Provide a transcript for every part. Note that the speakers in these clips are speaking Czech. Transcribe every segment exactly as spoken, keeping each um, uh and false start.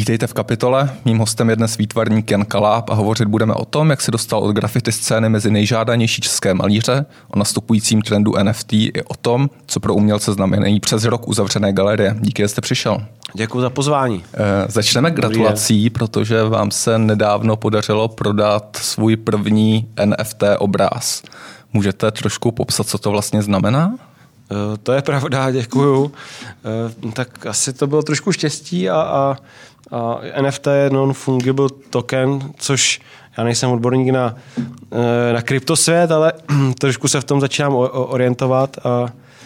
Vítejte v Kapitole. Mým hostem je dnes výtvarník Jan Kaláb a hovořit budeme o tom, jak se dostal od graffiti scény mezi nejžádanější české malíře, o nastupujícím trendu N F T i o tom, co pro umělce znamenají přes rok uzavřené galerie. Díky, že jste přišel. Děkuji za pozvání. E, začneme gratulací, protože vám se nedávno podařilo prodat svůj první N F T obraz. Můžete trošku popsat, co to vlastně znamená? To je pravda, děkuju. Tak asi to bylo trošku štěstí a, a, a N F T je non-fungible token, což já nejsem odborník na, na kryptosvět, ale trošku se v tom začínám orientovat a,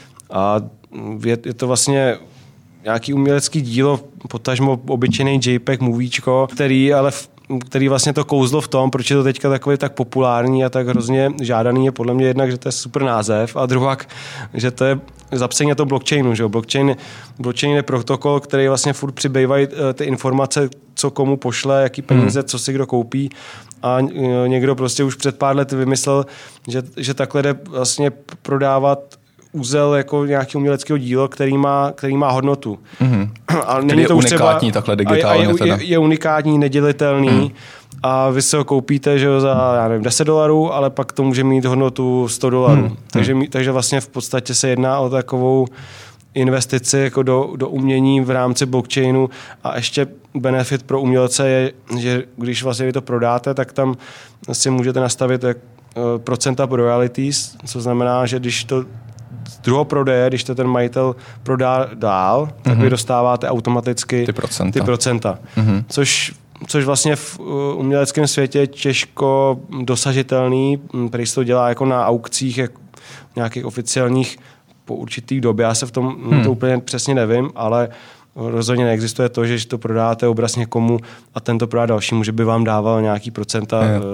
a je, je to vlastně nějaký umělecký dílo, potažmo obyčejný JPEG, movíčko, který ale v, který vlastně to kouzlo v tom, proč je to teďka takový tak populární a tak hrozně žádaný, je podle mě jednak, že to je super název a druhak, že to je zapsaný na to blockchainu. Že? Blockchain, blockchain je protokol, který vlastně furt přibývají ty informace, co komu pošle, jaký peníze, hmm. co si kdo koupí a někdo prostě už před pár let vymyslel, že, že takhle jde vlastně prodávat úzel jako nějaký uměleckého dílo, který má, který má hodnotu. Mm-hmm. A není je to unikátní třeba, takhle digitálně. A je, je, je unikátní, nedělitelný mm. a vy se ho koupíte, že jo, za já nevím, deset dolarů, ale pak to může mít hodnotu sto dolarů. Mm. Takže, takže vlastně v podstatě se jedná o takovou investici jako do, do umění v rámci blockchainu a ještě benefit pro umělce je, že když vlastně vy to prodáte, tak tam si můžete nastavit jak, procenta pro royalties, co znamená, že když to druhého prodeje, když to ten majitel prodá dál, tak mm-hmm. vy dostáváte automaticky ty procenta. Ty procenta. Mm-hmm. Což, což vlastně v uměleckém světě je těžko dosažitelný, protože se to dělá jako na aukcích, jako nějakých oficiálních po určitý době. Já se v tom hmm. to úplně přesně nevím, ale rozhodně neexistuje to, že to prodáte obraz někomu a ten to prodá dalšímu, že by vám dával nějaký procenta je.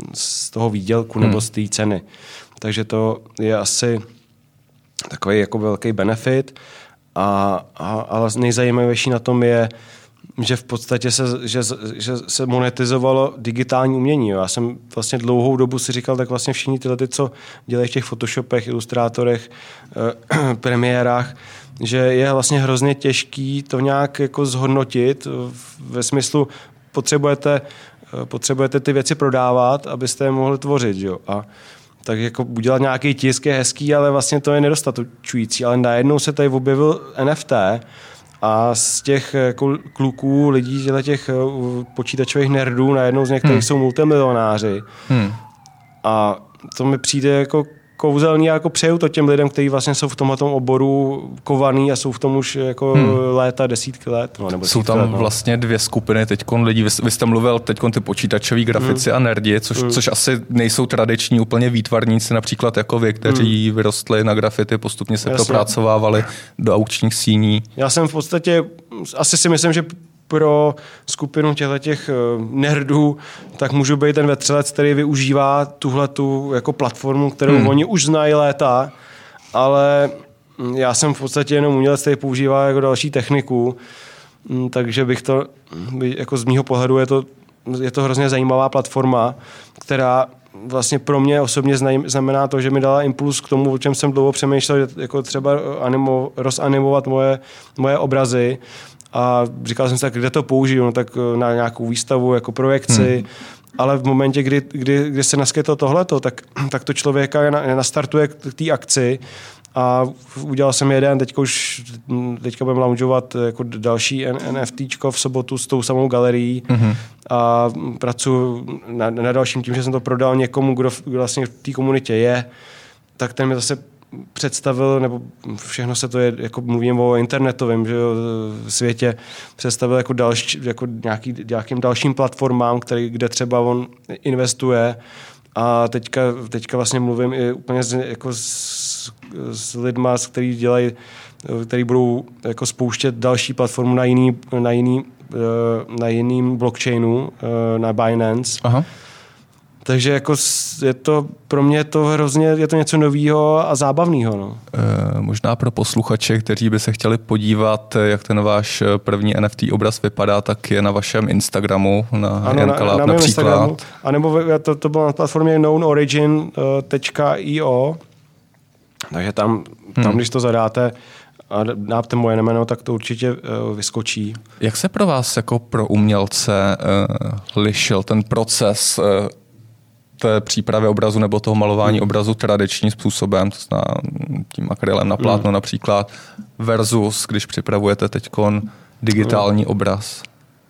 z toho výdělku hmm. nebo z té ceny. Takže to je asi takový jako velký benefit, a, a, ale nejzajímavější na tom je, že v podstatě se, že, že se monetizovalo digitální umění. Já jsem vlastně dlouhou dobu si říkal, tak vlastně všichni tyhle, ty, co dělají v těch Photoshopech, ilustrátorech, eh, premiérách, že je vlastně hrozně těžký to nějak jako zhodnotit ve smyslu potřebujete, potřebujete ty věci prodávat, abyste je mohli tvořit. Jo? A tak jako udělat nějaký tisk je hezký, ale vlastně to je nedostačující. Ale najednou se tady objevil N F T a z těch jako kluků, lidí, těch počítačových nerdů, najednou z některých hmm. jsou multimilionáři. Hmm. A to mi přijde jako kouzelný a jako přeju to těm lidem, kteří vlastně jsou v tomhle oboru kovaný a jsou v tom už jako hmm. léta, desítky let. No, nebo jsou tam let, no. vlastně dvě skupiny teďkon lidí. Vy, vy jste mluvil teďkon ty počítačoví grafici hmm. a nerdi, což, hmm. což asi nejsou tradiční úplně výtvarníci, například jako vy, kteří hmm. vyrostli na grafity, postupně se propracovávali do aukčních síní. Já jsem v podstatě, asi si myslím, že pro skupinu těch nerdů, tak můžu být ten vetřelec, který využívá tuhletu jako platformu, kterou hmm. oni už znají léta, ale já jsem v podstatě jenom umělec, který používá jako další techniku, takže bych to, jako z mýho pohledu je to, je to hrozně zajímavá platforma, která vlastně pro mě osobně znamená to, že mi dala impuls k tomu, o čem jsem dlouho přemýšlel, jako třeba animo, rozanimovat moje, moje obrazy. A říkal jsem si tak, kde to použiju, no tak na nějakou výstavu, jako projekci, hmm. ale v momentě, kdy, kdy, kdy se naskytlo tohleto, tak, tak to člověka nastartuje k té akci a udělal jsem jeden, teďka už teďka budeme launchovat jako další NFTčko v sobotu s tou samou galerií hmm. a pracuji na, na dalším tím, že jsem to prodal někomu, kdo, kdo vlastně v té komunitě je, tak ten mi zase představil, nebo všechno se to je, jako mluvím o internetovém že jo, světě, představil jako, další, jako nějaký, nějakým dalším platformám, který, kde třeba on investuje a teďka, teďka vlastně mluvím i úplně s, jako s, s lidma, který dělají, který budou jako spouštět další platformu na jiný, na jiný, na jiným blockchainu, na Binance. Aha. Takže jako je to, pro mě to hrozně, je to něco novýho a zábavného. No. E, možná pro posluchače, kteří by se chtěli podívat, jak ten váš první N F T obraz vypadá, tak je na vašem Instagramu, na ano, Jan Kaláb na, na například. A nebo to, to bylo na platformě known origin tečka i o, takže tam, tam hmm. když to zadáte a dáte moje jméno, tak to určitě uh, vyskočí. Jak se pro vás jako pro umělce uh, lišil ten proces uh, té přípravy obrazu nebo toho malování hmm. obrazu tradičním způsobem, to znamená tím akrylem na plátno hmm. například, versus když připravujete teďkon digitální hmm. obraz?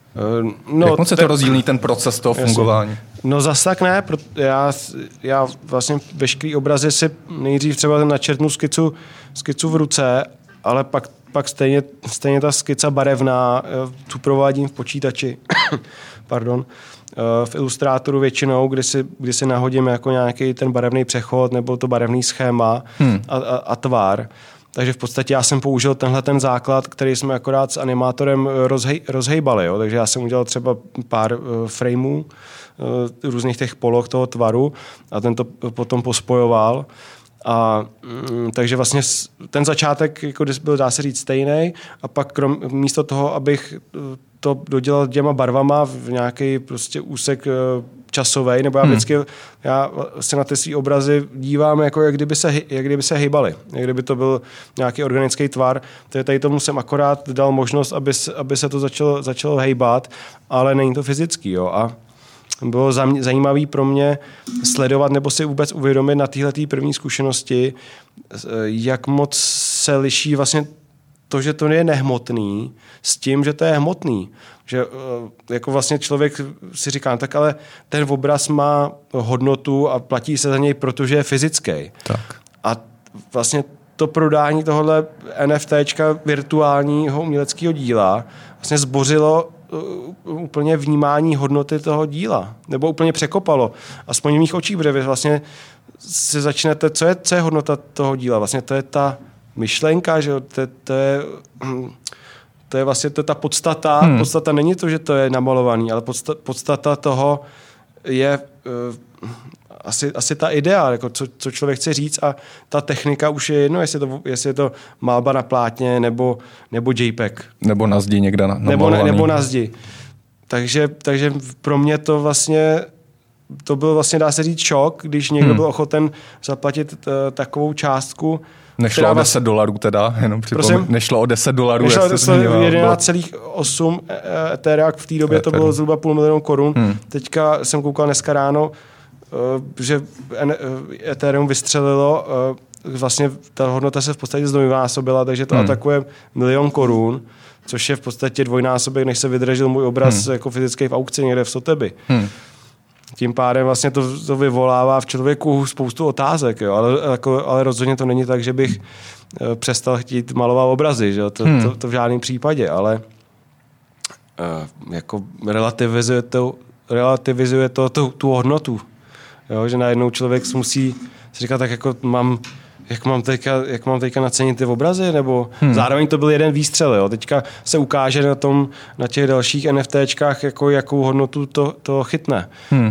No, jak moc se to rozdílí ten proces toho fungování? Jasně. No zas tak ne, já, já vlastně veškerý obrazy si nejdřív třeba načrtnu skicu, skicu v ruce, ale pak, pak stejně, stejně ta skica barevná, tu provádím v počítači, pardon, v Ilustrátoru většinou, kdy si, kdy si nahodím jako nějaký ten barevný přechod nebo to barevný schéma hmm. a, a, a tvar. Takže v podstatě já jsem použil tenhle ten základ, který jsme akorát s animátorem rozhej, rozhejbali. Jo? Takže já jsem udělal třeba pár uh, frameů, uh, různých těch poloh toho tvaru a ten to potom pospojoval. A um, takže vlastně ten začátek jako byl, dá se říct, stejný a pak krom, místo toho, abych to dodělal těma barvama v nějaký prostě úsek uh, časovej, nebo já vždycky hmm. já se na ty svý obrazy dívám, jako jak kdyby se, jak kdyby se hejbaly. Jak kdyby to byl nějaký organický tvar. Takže tady tomu jsem akorát dal možnost, aby, aby se to začalo, začalo hejbat, ale není to fyzický. Jo. A bylo zajímavé pro mě sledovat nebo si vůbec uvědomit na téhletý první zkušenosti, jak moc se liší vlastně to, že to je nehmotný, s tím, že to je hmotný. Že jako vlastně člověk si říká, tak ale ten obraz má hodnotu a platí se za něj, protože je fyzický. Tak. A vlastně to prodání tohohle NFTčka virtuálního uměleckého díla vlastně zbořilo úplně vnímání hodnoty toho díla. Nebo úplně překopalo. Aspoň v mých očích, protože vy vlastně si začnete, co je, co je hodnota toho díla. Vlastně to je ta myšlenka, že to, to je... To je vlastně to, ta podstata. Hmm. Podstata není to, že to je namalovaný, ale podstata, podstata toho je uh, asi, asi ta idea, jako co, co člověk chce říct a ta technika už je jedno, jestli, to, jestli je to malba na plátně nebo, nebo JPEG. Nebo na zdi někde na, nebo, ne, nebo na zdi. Takže, takže pro mě to vlastně to byl vlastně, dá se říct, šok, když někdo hmm. byl ochoten zaplatit t, takovou částku. Nešlo o deset dolarů teda, jenom připomínám. Nešlo o deset dolarů. Nešlo o jedenáct celá osm Ethereum, v té době to bylo zhruba půl milionu korun. Hmm. Teďka jsem koukal dneska ráno, že Ethereum vystřelilo, vlastně ta hodnota se v podstatě zdvojnásobila, takže to hmm. atakuje milion korun, což je v podstatě dvojnásobek, než se vydržel můj obraz hmm. jako fyzický v aukci někde v Sotheby's. Hmm. Tím pádem vlastně to, to vyvolává v člověku spoustu otázek, jo? Ale, jako, ale rozhodně to není tak, že bych uh, přestal chtít malovat obrazy, že? To, hmm. to, to v žádném případě, ale uh, jako relativizuje to, relativizuje to tu, tu hodnotu, jo? Že najednou člověk musí si říkat, tak jako mám, jak mám teďka, jak mám teďka nacenit ty obrazy, nebo hmm. zároveň to byl jeden výstřel, jo? Teďka se ukáže na tom, na těch dalších NFTčkách, jako, jakou hodnotu to, to chytne. Hmm.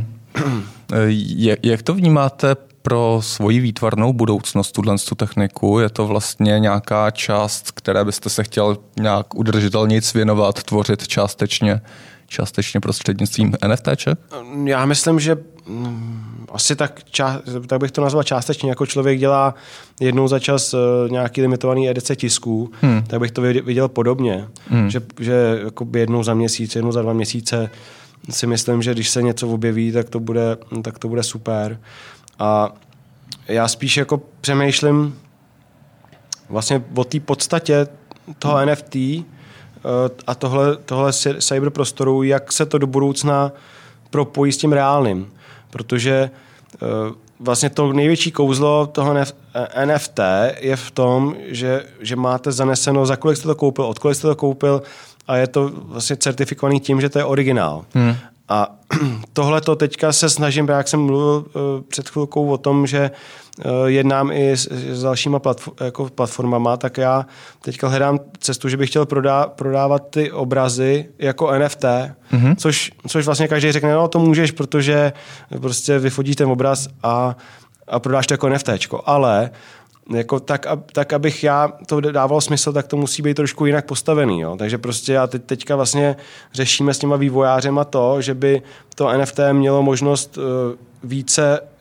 Jak to vnímáte pro svoji výtvarnou budoucnost, tuhle tu techniku? Je to vlastně nějaká část, které byste se chtěl nějak udržitelnějc věnovat, tvořit částečně, částečně prostřednictvím NFTček? Já myslím, že asi tak, ča, tak bych to nazval částečně, jako člověk dělá jednou za čas nějaký limitovaný edice tisků, hmm. tak bych to viděl podobně. Hmm. Že, že jednou za měsíc, jednou za dva měsíce si myslím, že když se něco objeví, tak to bude, tak to bude super. A já spíš jako přemýšlím vlastně o té podstatě toho N F T a tohle, tohle cyberprostoru, jak se to do budoucna propojí s tím reálným. Protože vlastně to největší kouzlo toho N F T je v tom, že, že máte zaneseno, za kolik jste to koupil, od kolik jste to koupil, a je to vlastně certifikovaný tím, že to je originál. Hmm. A tohle to teďka se snažím, jak jsem mluvil uh, před chvilkou o tom, že uh, jednám i s, s dalšíma platform, jako platformama, tak já teďka hledám cestu, že bych chtěl prodá, prodávat ty obrazy jako N F T, hmm. což, což vlastně každý řekne, no to můžeš, protože prostě vyfotíš ten obraz a, a prodáš to jako NFTčko. Ale jako tak, tak, abych já to dával smysl, tak to musí být trošku jinak postavený. Jo? Takže prostě já teď, teďka vlastně řešíme s těma vývojářema to, že by to N F T mělo možnost uh, více,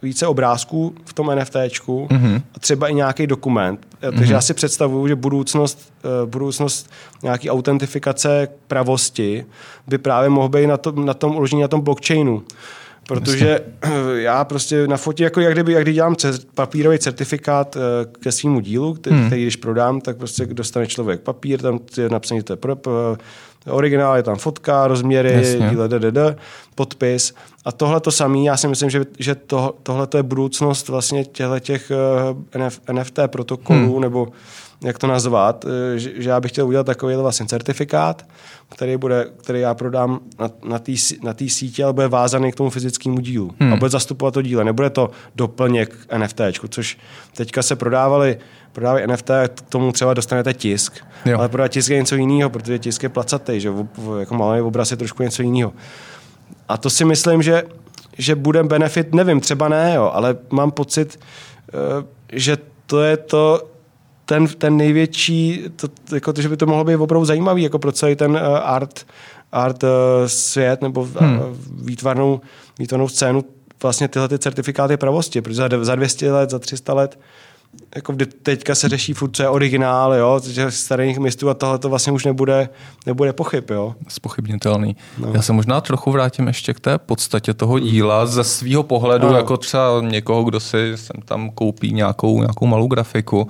více obrázků v tom NFTčku mm-hmm. a třeba i nějaký dokument. Takže mm-hmm. já si představuju, že budoucnost, budoucnost nějaký autentifikace pravosti by právě mohl být na tom, na tom uložení na tom blockchainu. Protože Myslím. já prostě na fotě, jako jak kdyby, jak kdyby dělám papírový certifikát ke svýmu dílu, který, hmm. který když prodám, tak prostě dostane člověk papír, tam je napsaný, to je pro, pro, originál, je tam fotka, rozměry, díle, ddd, podpis. A tohle to samé, já si myslím, že, že to, tohle je budoucnost vlastně těch N F T protokolů, hmm. nebo jak to nazvat, že, že já bych chtěl udělat takový vlastně certifikát, který, bude, který já prodám na té na na sítě, ale bude vázaný k tomu fyzickému dílu. Hmm. A bude zastupovat to díle. Nebude to doplněk NFTčku, což teďka se prodávali, prodávali N F T, k tomu třeba dostanete tisk, jo. ale prodat tisk je něco jiného, protože tisk je placatý, že jako malý obraz je trošku něco jiného. A to si myslím, že, že bude benefit, nevím, třeba ne, jo, ale mám pocit, že to je to, ten, ten největší, to, jako to, že by to mohlo být opravdu zajímavý jako pro celý ten uh, art, art uh, svět nebo hmm. uh, výtvarnou, výtvarnou scénu vlastně tyhle ty certifikáty pravosti, protože za, za dvě stě let, za tři sta let jako teďka se řeší furt, co je originál, jo, že starých mistrů a tohle to vlastně už nebude, nebude pochyb, jo. Zpochybnitelný. No. Já se možná trochu vrátím ještě k té podstatě toho díla ze svýho pohledu, no. jako třeba někoho, kdo si sem tam koupí nějakou, nějakou malou grafiku.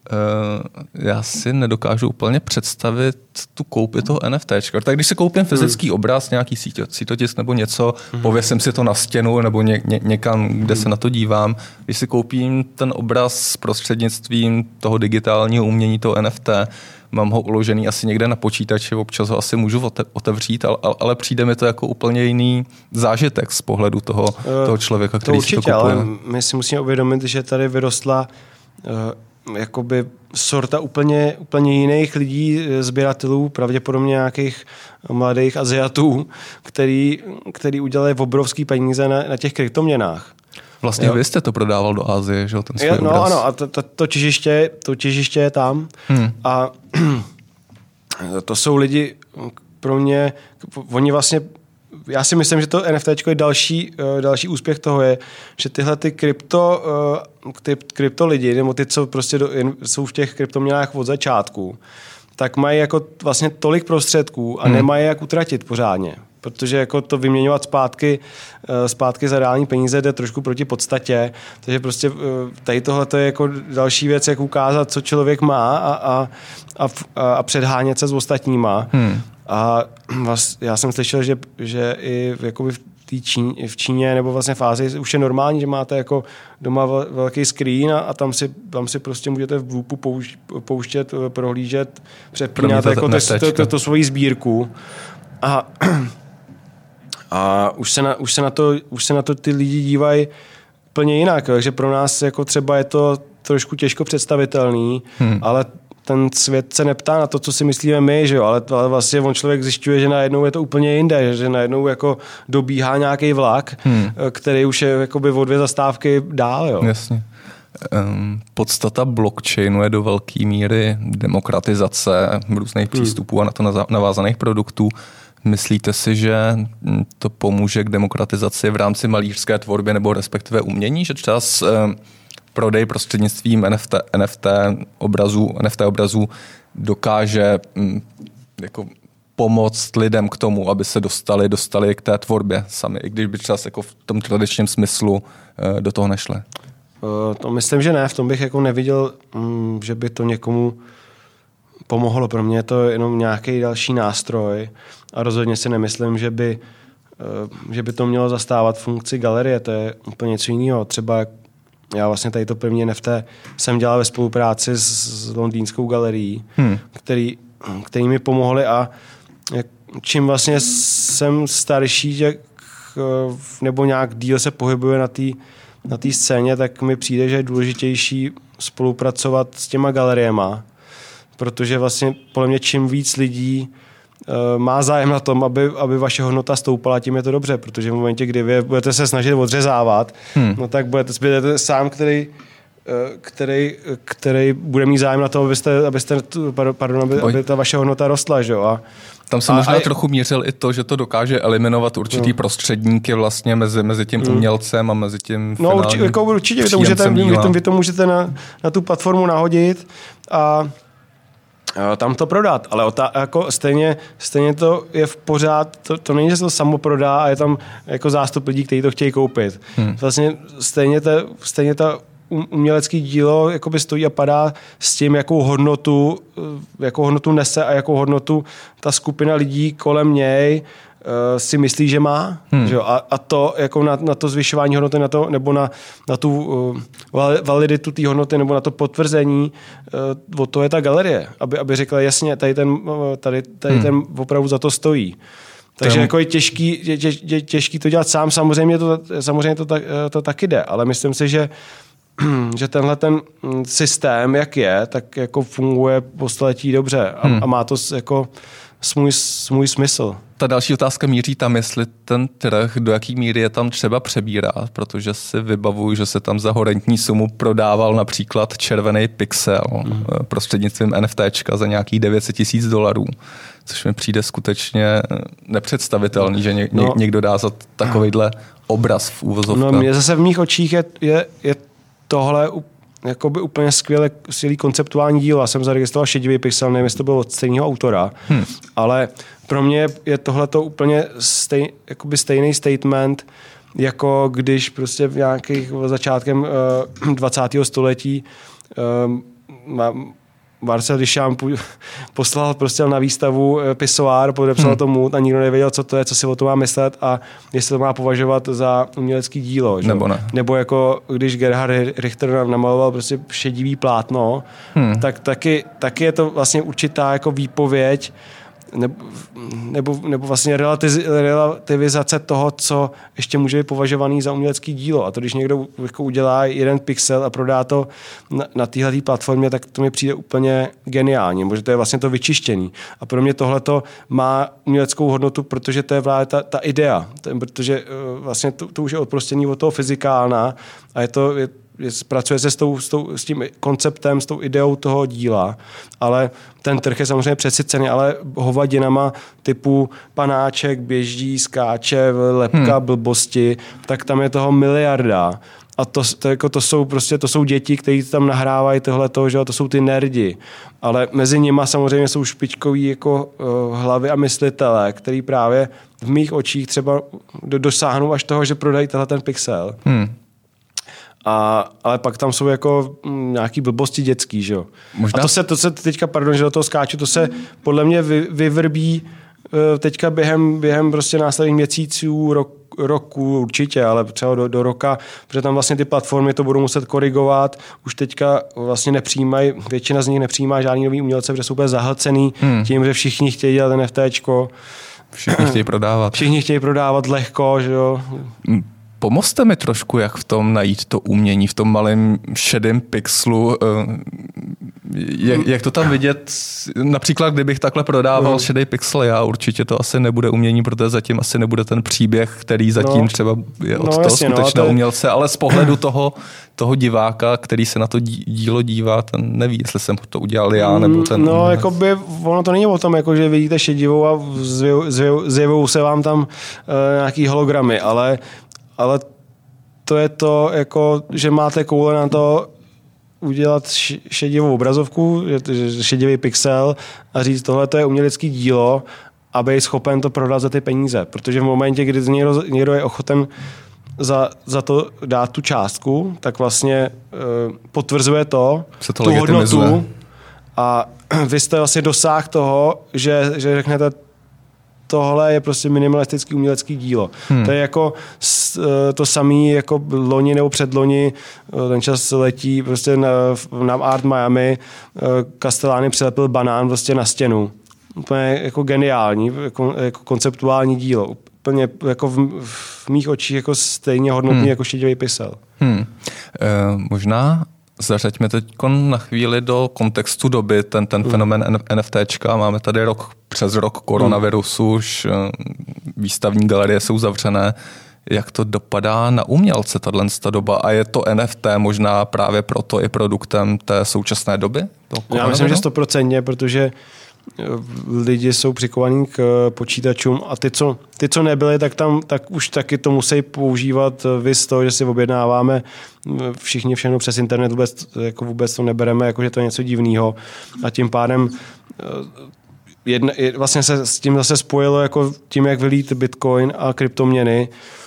Já si nedokážu úplně představit tu koupi toho NFTčka. Tak když si koupím fyzický hmm. obraz, nějaký sítotisk nebo něco, hmm. pověsím si to na stěnu nebo ně, ně, někam, kde hmm. se na to dívám. Když si koupím ten obraz s prostřednictvím toho digitálního umění, toho N F T, mám ho uložený asi někde na počítači, občas ho asi můžu otevřít, ale, ale přijde mi to jako úplně jiný zážitek z pohledu toho, uh, toho člověka, který to určitě, si to kupuje. Ale my si musíme uvědomit, že tady vyrostla uh, jakoby sorta úplně, úplně jiných lidí, sběratelů, pravděpodobně nějakých mladých Aziatů, který, který udělali obrovský peníze na, na těch kryptoměnách. Vlastně jo. Vy jste to prodával do Asie, že jo, ten svůj jo, no, obraz. Ano, a to, to, to, těžiště, to těžiště je tam. Hmm. A to jsou lidi pro mě, oni vlastně já si myslím, že to NFTčko je další, další úspěch toho je, že tyhle ty krypto, ty krypto lidi, nebo ty, co prostě do, jsou v těch kryptoměnách od začátku, tak mají jako vlastně tolik prostředků a hmm. nemají jak utratit pořádně. Protože jako to vyměňovat zpátky, zpátky za reální peníze jde trošku proti podstatě. Takže prostě tady tohle je jako další věc, jak ukázat, co člověk má a, a, a, a předhánět se s ostatníma. Hmm. A vlastně, já jsem slyšel, že, že i jakoby v, Číně, v Číně nebo vlastně v Ázii už je normální, že máte jako doma velký screen a, a tam, si, tam si prostě můžete v Whoopu pouš, pouštět, prohlížet, přepínat jako to, to, to, to svoji sbírku. A, a už, se na, už, se na to, už se na to ty lidi dívají úplně jinak. Takže pro nás jako třeba je to trošku těžko představitelný, hmm. ale ten svět se neptá na to, co si myslíme my, že jo, ale, ale vlastně on člověk zjišťuje, že najednou je to úplně jinde, že najednou jako dobíhá nějaký vlak, hmm. který už je jakoby o dvě zastávky dál, jo. Jasně. Um, podstata blockchainu je do velké míry demokratizace různých hmm. přístupů a na to navázaných produktů. Myslíte si, že to pomůže k demokratizaci v rámci malířské tvorby nebo respektive umění, že třeba s, um, prodej prostřednictvím N F T, N F T obrazů, N F T obrazů dokáže m, jako pomoct lidem k tomu, aby se dostali, dostali k té tvorbě sami, i když by třeba jako v tom tradičním smyslu e, do toho nešli? Uh, to myslím, že ne. V tom bych jako neviděl, mm, že by to někomu pomohlo. Pro mě je to jenom nějaký další nástroj a rozhodně si nemyslím, že by, uh, že by to mělo zastávat funkci galerie. To je úplně něco jiného. Třeba já vlastně tady to první N F T jsem dělal ve spolupráci s, s londýnskou galerií, hmm. který, který mi pomohli a jak, čím vlastně jsem starší, že, nebo nějak díl se pohybuje na té na té scéně, tak mi přijde, že je důležitější spolupracovat s těma galeriema, protože vlastně podle mě čím víc lidí uh, má zájem na tom, aby, aby vaše hodnota stoupala, tím je to dobře, protože v momentě, kdy vy budete se snažit odřezávat, hmm. no tak budete, budete sám, který, uh, který, který bude mít zájem na to, abyste, abyste pardon, aby, aby ta vaše hodnota rostla, že jo? A, Tam se možná a, trochu mířil i to, že to dokáže eliminovat určitý no. prostředníky vlastně mezi, mezi tím hmm. umělcem a mezi tím No určitě, jako určitě vy to můžete, vy to, vy to můžete na, na tu platformu nahodit a tam to prodat, ale ota, jako stejně, stejně to je v pořád, to, to není, že se to samo prodá a je tam jako zástup lidí, kteří to chtějí koupit. Hmm. Vlastně stejně, te, stejně ta umělecký dílo jakoby stojí a padá s tím, jakou hodnotu, jakou hodnotu nese a jakou hodnotu ta skupina lidí kolem něj uh, si myslí, že má. Hmm. Že jo? A, a to jako na, na to zvyšování hodnoty, na to, nebo na, na tu uh, validitu té hodnoty, nebo na to potvrzení, uh, o to je ta galerie, aby, aby řekla jasně, tady ten, tady, tady hmm. ten opravdu za to stojí. Takže jako je těžký, je, je těžký to dělat sám, samozřejmě to, samozřejmě to, tak, to taky jde, ale myslím si, že že tenhle ten systém, jak je, tak jako funguje po století dobře a, hmm. a má to jako svůj, svůj smysl. Ta další otázka míří tam, jestli ten trh, do jaký míry je tam třeba přebírá, protože si vybavuju, že se tam za horentní sumu prodával například červený pixel hmm. prostřednictvím NFTčka za nějakých devět set tisíc dolarů, což mi přijde skutečně nepředstavitelný, že ně, no. někdo dá za takovejhle obraz v úvozovkách. No mě zase v mých očích je, je, je tohle jakoby úplně skvělé, skvělý konceptuální dílo. Já jsem zaregistroval Šedivý pixel, nevím, jestli to bylo od stejného autora, hmm. ale pro mě je tohleto úplně stej, jakoby stejný statement, jako když prostě v nějakých začátkem uh, dvacátého století uh, Marcel Duchamp poslal prostě na výstavu pisoár, podepsal hmm. tomu a nikdo nevěděl, co to je, co si o tom má myslet a jestli to má považovat za umělecký dílo. Že? Nebo ne. Nebo jako když Gerhard Richter namaloval prostě šedivý plátno, hmm. tak taky, taky je to vlastně určitá jako výpověď nebo, nebo, nebo vlastně relativizace toho, co ještě může být považovaný za umělecký dílo. A to, když někdo jako udělá jeden pixel a prodá to na, na téhletý platformě, tak to mi přijde úplně geniálně, protože to je vlastně to vyčištění. A pro mě tohleto má uměleckou hodnotu, protože to je právě ta, ta idea. To, protože uh, vlastně to, to už je odprostění od toho fyzikálna a je to... Je, pracuje se s, tou, s, tou, s tím konceptem, s tou ideou toho díla, ale ten trh je samozřejmě přesycený, ale hovadinama typu panáček, běží, skáče, lepka, hmm. blbosti, tak tam je toho miliarda. A to, to, jako to jsou prostě to jsou děti, kteří tam nahrávají tohleto, že to jsou ty nerdi. Ale mezi nimi samozřejmě jsou špičkoví jako uh, hlavy a myslitelé, který právě v mých očích třeba dosáhnou až toho, že prodají tenhle ten pixel. Hmm. A, ale pak tam jsou jako m, nějaký blbosti dětský, že jo. Možná... A to se, to se teďka, pardon, že do toho skáču, to se podle mě vy, vyvrbí uh, teďka během, během prostě následných měsíců, rok, roku určitě, ale třeba do, do roka, protože tam vlastně ty platformy to budou muset korigovat, už teďka vlastně nepřijímají, většina z nich nepřijímá žádný nový umělce, protože jsou úplně zahlcený hmm. tím, že všichni chtějí dělat NFTčko. Všichni chtějí prodávat. Všichni chtějí prodávat lehko, že jo. Hmm. Pomozte mi trošku, jak v tom najít to umění, v tom malém šedém pixelu. Jak, jak to tam vidět? Například, kdybych takhle prodával no. šedý pixel, já určitě to asi nebude umění, protože zatím asi nebude ten příběh, který zatím no. třeba je od no, toho jasně, skutečného no, umělce, ale z pohledu toho, toho diváka, který se na to dílo dívá, ten neví, jestli jsem to udělal já, nebo ten... No, jako by, ono to není o tom, jako, že vidíte šedivou a zjevou se vám tam uh, nějaký hologramy, ale ale to je to, jako, že máte koule na to udělat šedivou obrazovku, šedivý pixel a říct, tohle to je umělecký dílo a být schopen to prodat za ty peníze. Protože v momentě, kdy někdo, někdo je ochoten za, za to dát tu částku, tak vlastně uh, potvrzuje to, se to tu hodnotu a vy jste vlastně dosáhl toho, že, že řeknete, tohle je prostě minimalistický umělecký dílo. Hmm. To je jako to samé jako loni nebo předloni, ten čas letí prostě na, na Art Miami, Castellani přilepil banán prostě na stěnu. Úplně jako geniální, jako, jako konceptuální dílo. Úplně jako v, v mých očích jako stejně hodnotný hmm. jako šedivý pixel. Hmm. E, možná zařaďme teď na chvíli do kontextu doby, ten, ten hmm. fenomén NFTčka. Máme tady rok přes rok koronavirusu, hmm. už výstavní galerie jsou zavřené. Jak to dopadá na umělce, tato doba? A je to N F T možná právě proto i produktem té současné doby? Já myslím, že stoprocentně, protože lidi jsou přikovaní k počítačům a ty, co, ty, co nebyli, tak tam tak už taky to musí používat vys toho, že si objednáváme všichni všechno přes internet, vůbec, jako vůbec to nebereme, jako že to je něco divného a tím pádem jedna, vlastně se s tím zase spojilo jako tím, jak vylít Bitcoin a kryptoměny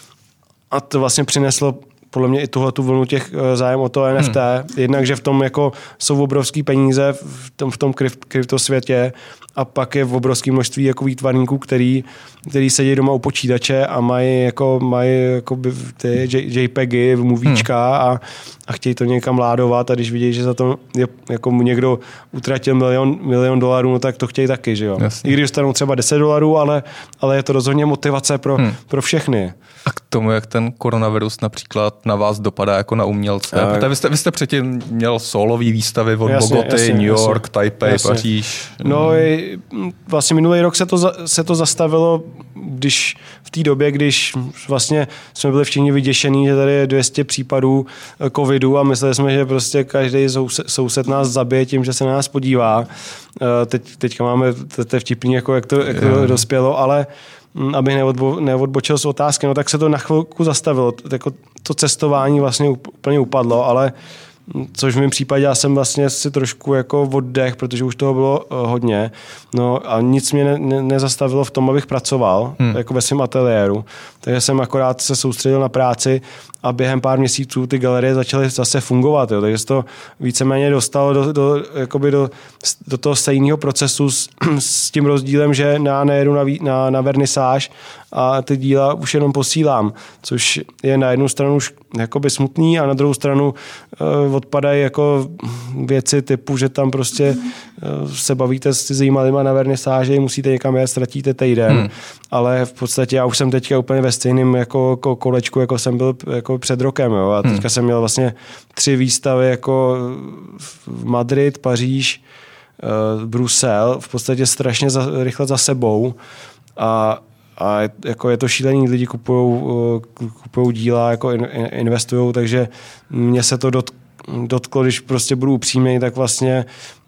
a to vlastně přineslo podle mě i tuhletu vlnu těch zájem o to N F T. Hmm. Jednak, že v tom jako jsou obrovský peníze v tom, v tom kryptosvětě a pak je v obrovském množství jako výtvarníků, který, který sedí doma u počítače a mají jako, mají jako ty JPEGy, movíčka hmm. a, a chtějí to někam ládovat a když vidí, že za to je, jako někdo utratil milion, milion dolarů, no tak to chtějí taky, že jo. Jasně. I když dostanou třeba deset dolarů, ale, ale je to rozhodně motivace pro, hmm. pro všechny. A k tomu, jak ten koronavirus například na vás dopadá jako na umělce. Tak. Protože vy jste, vy jste předtím měl solový výstavy od jasně, Bogoty, jasně, New York, jasně, Taipei, jasně. Paříž. No vlastně minulý rok se to, se to zastavilo, když v té době, když vlastně jsme byli všichni vyděšení, že tady je dvě stě případů covidu a mysleli jsme, že prostě každý soused nás zabije tím, že se na nás podívá. Teď, teďka máme, to je vtipný, jako jak to, jak to dospělo, ale abych neodbo, neodbočil z otázky, no tak se to na chvilku zastavilo. Jako to cestování vlastně úplně upadlo, ale což v mém případě já jsem vlastně si trošku jako oddech, protože už toho bylo hodně. No a nic mě ne, ne, nezastavilo v tom, abych pracoval hmm. jako ve svém ateliéru. Takže jsem akorát se soustředil na práci a během pár měsíců ty galerie začaly zase fungovat. Jo. Takže se to víceméně dostalo do, do, jakoby do, do toho stejného procesu s, s tím rozdílem, že já nejedu na, na, na vernisáž a ty díla už jenom posílám, což je na jednu stranu už jakoby smutný a na druhou stranu uh, odpadají jako věci typu, že tam prostě uh, se bavíte s zajímavýma na vernisáži, musíte někam jet, ztratíte týden, hmm. ale v podstatě já už jsem teďka úplně ve stejném jako kolečku, jako jsem byl jako před rokem. Jo? A teďka hmm. jsem měl vlastně tři výstavy jako v Madrid, Paříž, uh, Brusel, v podstatě strašně za, rychle za sebou a A jako je to šílený, lidi kupujou, kupujou díla, jako investují, takže mě se to dot, dotklo, když prostě budu upřímný, tak vlastně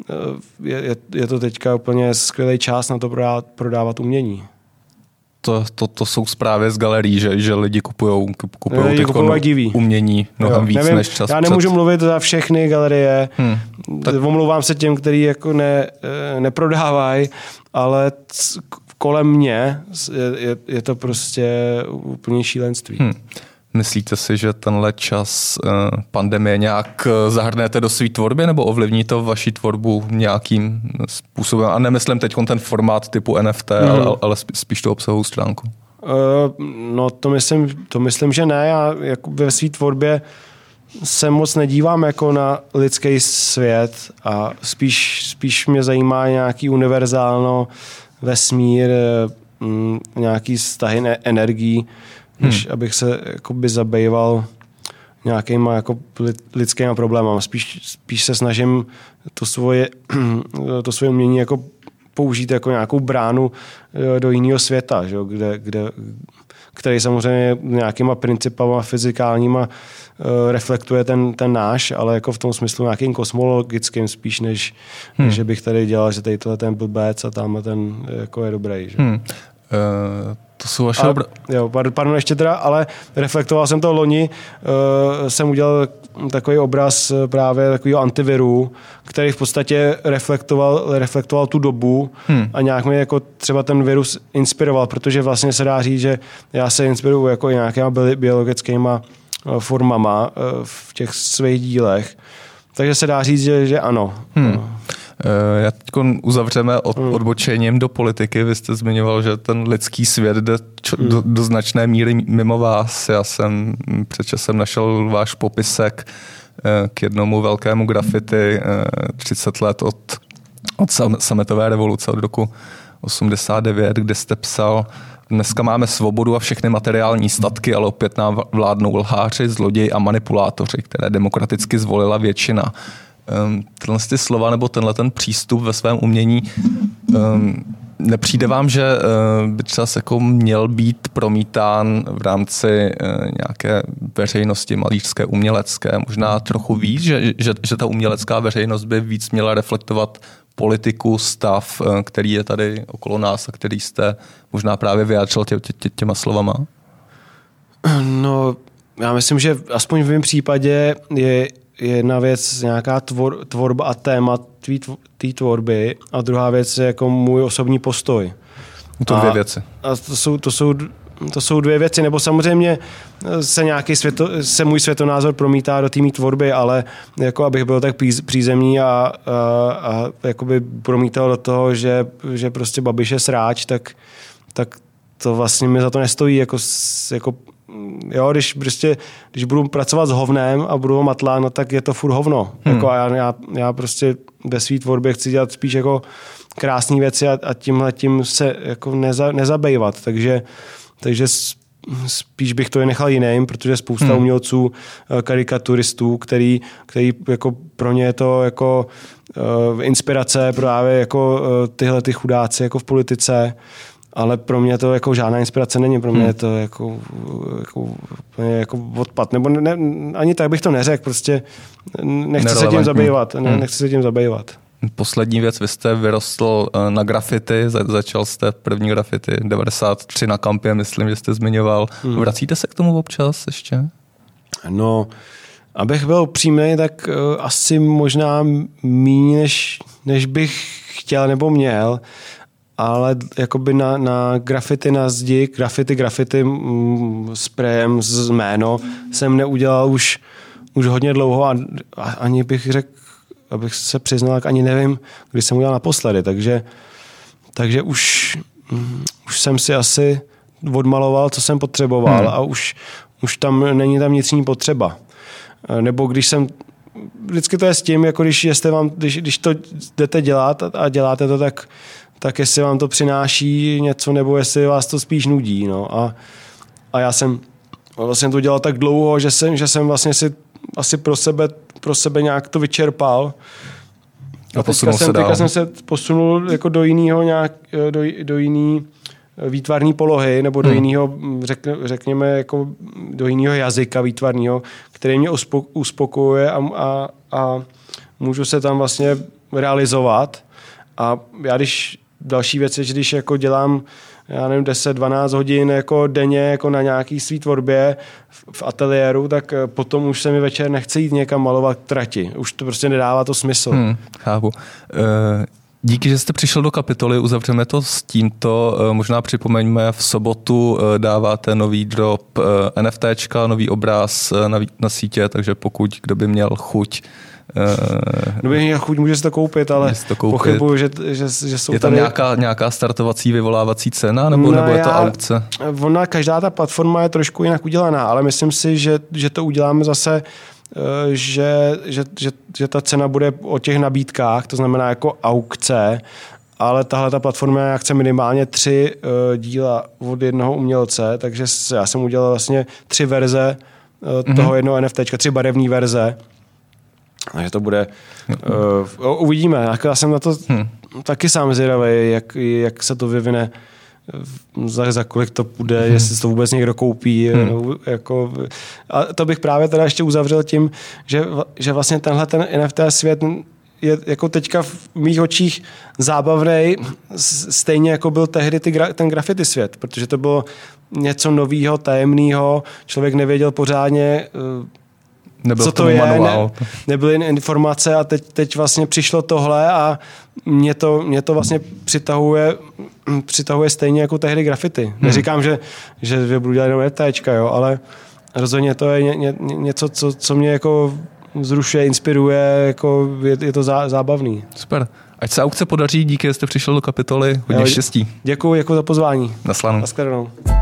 je, je to teďka úplně skvělý čas na to prodávat, prodávat umění. To, to, to jsou zprávy z galerií, že, že lidi kupujou, kupujou umění mnohem jo, víc nevím, než čas. Já nemůžu před... mluvit za všechny galerie, hmm, tak... omlouvám se těm, který jako ne, neprodávají, ale kolem mě je, je, je to prostě úplně šílenství. Hmm. Myslíte si, že tenhle čas pandemie nějak zahrnete do své tvorby nebo ovlivní to vaši tvorbu nějakým způsobem? A nemyslím teď ten formát typu N F T, hmm. ale, ale spíš tu obsahovou stránku. Uh, no to myslím, to myslím, že ne. Já jako ve své tvorbě se moc nedívám jako na lidský svět a spíš, spíš mě zajímá nějaký univerzálno vesmír, nějaký vztahy energií, než hmm. abych se jakoby zabýval nějakýma jako lidskýma problémama. Spíš, spíš se snažím to svoje, to svoje umění jako použít jako nějakou bránu do jiného světa, že? Kde, kde, který samozřejmě nějakýma principama fyzikálníma reflektuje ten, ten náš, ale jako v tom smyslu nějakým kosmologickým spíš, než, hmm. než že bych tady dělal, že tady tohle ten blbec a tamhle ten jako je dobrý. Že? Hmm. Uh, to jsou vaše... Obr... Jo, pardon, ještě teda, ale reflektoval jsem to loni, uh, jsem udělal takový obraz právě takového antiviru, který v podstatě reflektoval, reflektoval tu dobu hmm. a nějak mi jako třeba ten virus inspiroval, protože vlastně se dá říct, že já se inspiruju jako nějakýma biologickýma formama v těch svých dílech. Takže se dá říct, že, že ano. Hmm. Já teď uzavřeme od, hmm. odbočením do politiky. Vy jste zmiňoval, že ten lidský svět jde čo, hmm. do, do značné míry mimo vás. Já jsem před časem našel váš popisek k jednomu velkému graffiti třicet let od, od sametové revoluce, od roku osmdesát devět, kde jste psal: dneska máme svobodu a všechny materiální statky, ale opět nám vládnou lháři, zloději a manipulátoři, které demokraticky zvolila většina. Um, tyhle ty slova nebo tenhle ten přístup ve svém umění, um, nepřijde vám, že uh, by třeba jako měl být promítán v rámci uh, nějaké veřejnosti malířské, umělecké, možná trochu víc, že, že, že ta umělecká veřejnost by víc měla reflektovat politiku, stav, který je tady okolo nás a který jste možná právě vyjádřil tě, tě, těma slovama? No, já myslím, že aspoň v mém případě je jedna věc nějaká tvor, tvorba a téma té tvorby a druhá věc je jako můj osobní postoj. To dvě věci. A to jsou, to jsou To jsou dvě věci, nebo samozřejmě se nějaký světo, se můj světonázor promítá do té mý tvorby, ale jako abych byl tak přízemní a, a, a jakoby promítal do toho, že, že prostě Babiš je sráč, tak, tak to vlastně mi za to nestojí. Jako, jako, jo, když, prostě, když budu pracovat s hovnem a budu ho matlát, no tak je to furt hovno. Hmm. Jako, já, já, já prostě ve své tvorbě chci dělat spíš jako krásné věci a, a tímhle tím se jako neza, nezabývat. Takže Takže spíš bych to je nechal jiným, protože spousta hmm. umělců, karikaturistů, který, který jako pro ně je to jako uh, inspirace právě jako uh, tyhle ty chudáci jako v politice, ale pro mě to jako žádná inspirace není, pro mě hmm. je to jako, jako, jako odpad, nebo ne, ani tak bych to neřekl, prostě nechci se tím zabývat, ne, hmm. nechci se tím zabývat. Poslední věc, vy jste vyrostl na grafity, začal jste první grafity devadesát tři na Kampě, myslím, že jste zmiňoval. Hmm. Vracíte se k tomu občas ještě? No, abych byl upřímnej, tak uh, asi možná méně, než, než bych chtěl nebo měl, ale jakoby na, na grafity na zdi, grafity, grafity mm, sprejem z jméno jsem neudělal už, už hodně dlouho a, a ani bych řekl, abych se přiznal, tak ani nevím, kdy jsem udělal naposledy, takže, takže už, mm, už jsem si asi odmaloval, co jsem potřeboval hmm. a už, už tam není tam vnitřní potřeba. Nebo když jsem, vždycky to je s tím, jako když, jestli vám, když, když to jdete dělat a děláte to, tak, tak jestli vám to přináší něco, nebo jestli vás to spíš nudí. No. A, a já jsem vlastně to dělal tak dlouho, že jsem, že jsem vlastně si asi pro sebe, pro sebe nějak to vyčerpal. A, a posunul jsem, se dál. Teďka jsem se posunul jako do jiného nějak, do, do jiný výtvarné polohy, nebo do hmm. jiného, řek, řekněme, jako do jiného jazyka výtvarného, který mě uspokojuje a, a, a můžu se tam vlastně realizovat. A já když další věc je, že když jako dělám já nevím, deset dvanáct hodin jako denně jako na nějaký svý tvorbě v, v ateliéru, tak potom už se mi večer nechce jít někam malovat trati. Už to prostě nedává to smysl. Hmm, chápu. E, díky, že jste přišel do Kapitoly, uzavřeme to s tímto. E, možná připomeňme, v sobotu e, dáváte nový drop e, NFTčka, nový obraz e, na, na sítě, takže pokud kdo by měl chuť No by měl chuť, může si to koupit, ale to koupit. Pochybuju, že, že, že jsou je tam tady... nějaká, nějaká startovací, vyvolávací cena, nebo, no nebo je to já, aukce? Ona, každá ta platforma je trošku jinak udělaná, ale myslím si, že, že to uděláme zase, že, že, že, že ta cena bude o těch nabídkách, to znamená jako aukce, ale tahle ta platforma chce minimálně tři uh, díla od jednoho umělce, takže já jsem udělal vlastně tři verze uh, toho mm-hmm. jednoho NFTčka, tři barevné verze. Takže to bude, uh, uvidíme, já jsem na to hmm. taky sám zvědavý, jak, jak se to vyvine, za, za kolik to půjde, hmm. jestli to vůbec někdo koupí. Hmm. No, jako, a to bych právě teda ještě uzavřel tím, že, že vlastně tenhle ten N F T svět je jako teďka v mých očích zábavnej, stejně jako byl tehdy ty, ten graffiti svět, protože to bylo něco novýho, tajemného, člověk nevěděl pořádně, Nebyl co to je, ne, nebyly informace a teď, teď vlastně přišlo tohle a mě to, mě to vlastně přitahuje, přitahuje stejně jako tehdy graffiti. Hmm. Neříkám, že, že budu dělat jenom NFTčka, jo, ale rozhodně to je ně, ně, něco, co, co mě jako vzrušuje, inspiruje, jako je, je to zá, zábavný. Super. Ať se aukce podaří, díky, že jste přišel do Kapitoly. Hodně jo, štěstí. Děkuji, děkuji za pozvání. Naschledanou. Naschledanou.